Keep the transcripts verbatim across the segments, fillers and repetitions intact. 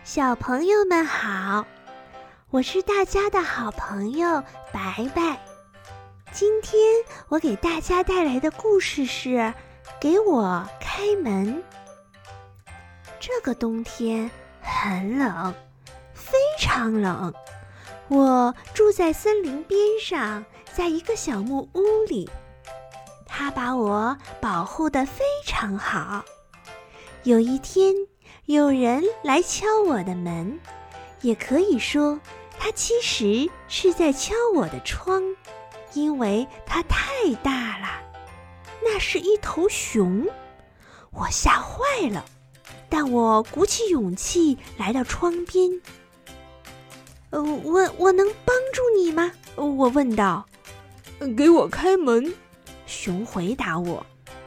小朋友们好，我是大家的好朋友白白。今天我给大家带来的故事是给我开门。这个冬天很冷，非常冷。我住在森林边上，在一个小木屋里，它把我保护得非常好。有一天，有人来敲我的门，也可以说他其实是在敲我的窗，因为它太大了。那是一头熊，我吓坏了，但我鼓起勇气来到窗边。呃，我我能帮助你吗？我问道。 给我开门， 熊回答我。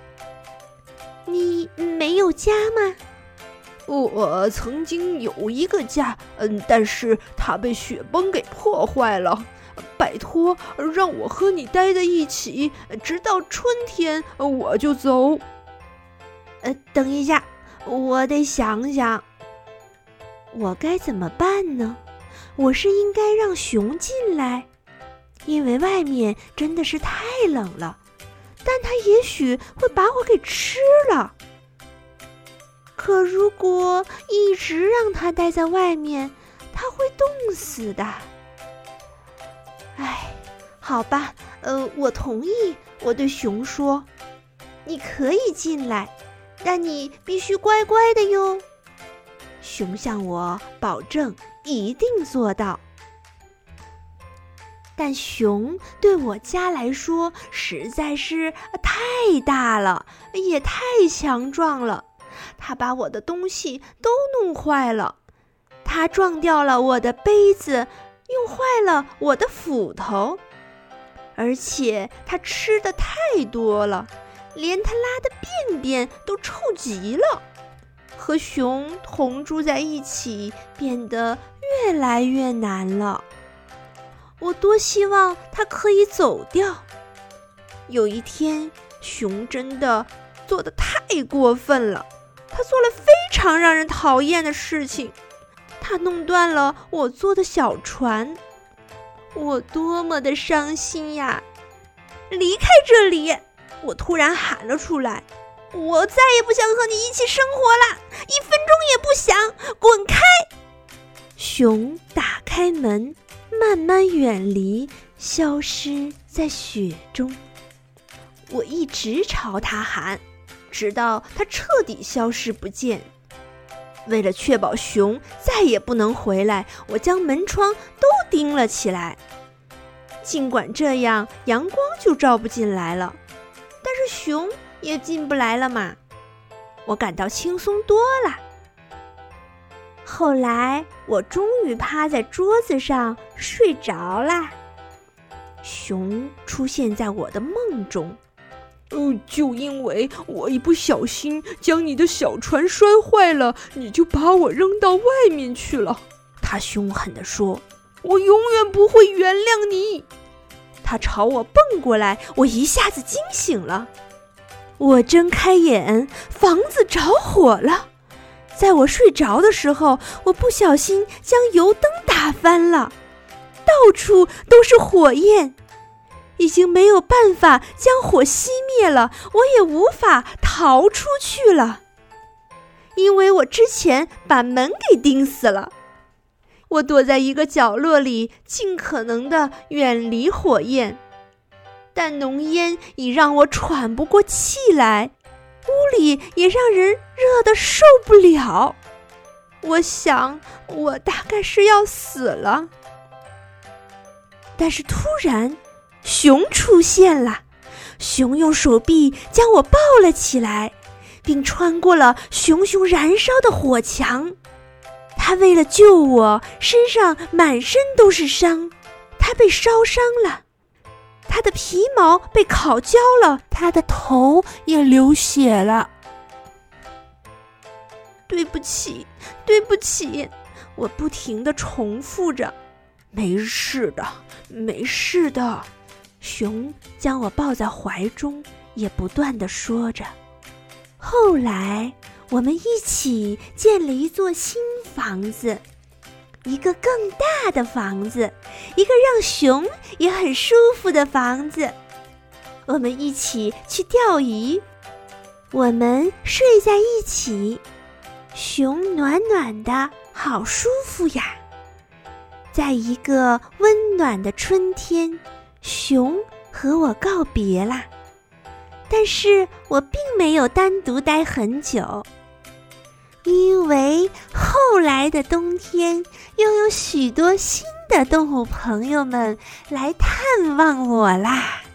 你没有家吗？ 我曾经有一个家，嗯，但是它被雪崩给破坏了。拜托，让我和你待在一起，直到春天我就走。 呃，等一下，我得想想，我该怎么办呢？我是应该让熊进来，因为外面真的是太冷了，但它也许会把我给吃了。可如果一直让它待在外面，它会冻死的。唉，好吧，呃，我同意。我对熊说：“你可以进来，但你必须乖乖的哟。”熊向我保证一定做到。但熊对我家来说实在是太大了，也太强壮了。他把我的东西都弄坏了，他撞掉了我的杯子，用坏了我的斧头，而且他吃的太多了，连他拉的便便都臭极了。和熊同住在一起变得越来越难了。我多希望他可以走掉。有一天，熊真的做得太过分了。他做了非常让人讨厌的事情，他弄断了我做的小船。我多么的伤心呀！离开这里！我突然喊了出来。我再也不想和你一起生活了，一分钟也不想！滚开！熊打开门，慢慢远离，消失在雪中。我一直朝他喊，直到它彻底消失不见。为了确保熊再也不能回来，我将门窗都钉了起来。尽管这样，阳光就照不进来了，但是熊也进不来了嘛。我感到轻松多了。后来，我终于趴在桌子上睡着了。熊出现在我的梦中。 哦，就因为我一不小心将你的小船摔坏了，你就把我扔到外面去了。 他凶狠地说：“ 我永远不会原谅你。” 他朝我蹦过来，我一下子惊醒了。我睁开眼，房子着火了。在我睡着的时候，我不小心将油灯打翻了，到处都是火焰。已经没有办法将火熄灭了，我也无法逃出去了，因为我之前把门给钉死了。我躲在一个角落里，尽可能的远离火焰，但浓烟已让我喘不过气来，屋里也让人热得受不了。我想，我大概是要死了。但是突然，熊出现了，熊用手臂将我抱了起来，并穿过了熊熊燃烧的火墙。他为了救我，身上满身都是伤，他被烧伤了，他的皮毛被烤焦了，他的头也流血了。对不起，对不起，我不停地重复着。没事的，没事的。熊将我抱在怀中，也不断地说着。后来， 我们一起建了一座新房子，一个更大的房子，一个让熊也很舒服的房子。我们一起去钓鱼，我们睡在一起，熊暖暖的，好舒服呀。在一个温暖的春天，熊和我告别啦。但是我并没有单独待很久，因为后来的冬天又有许多新的动物朋友们来探望我啦。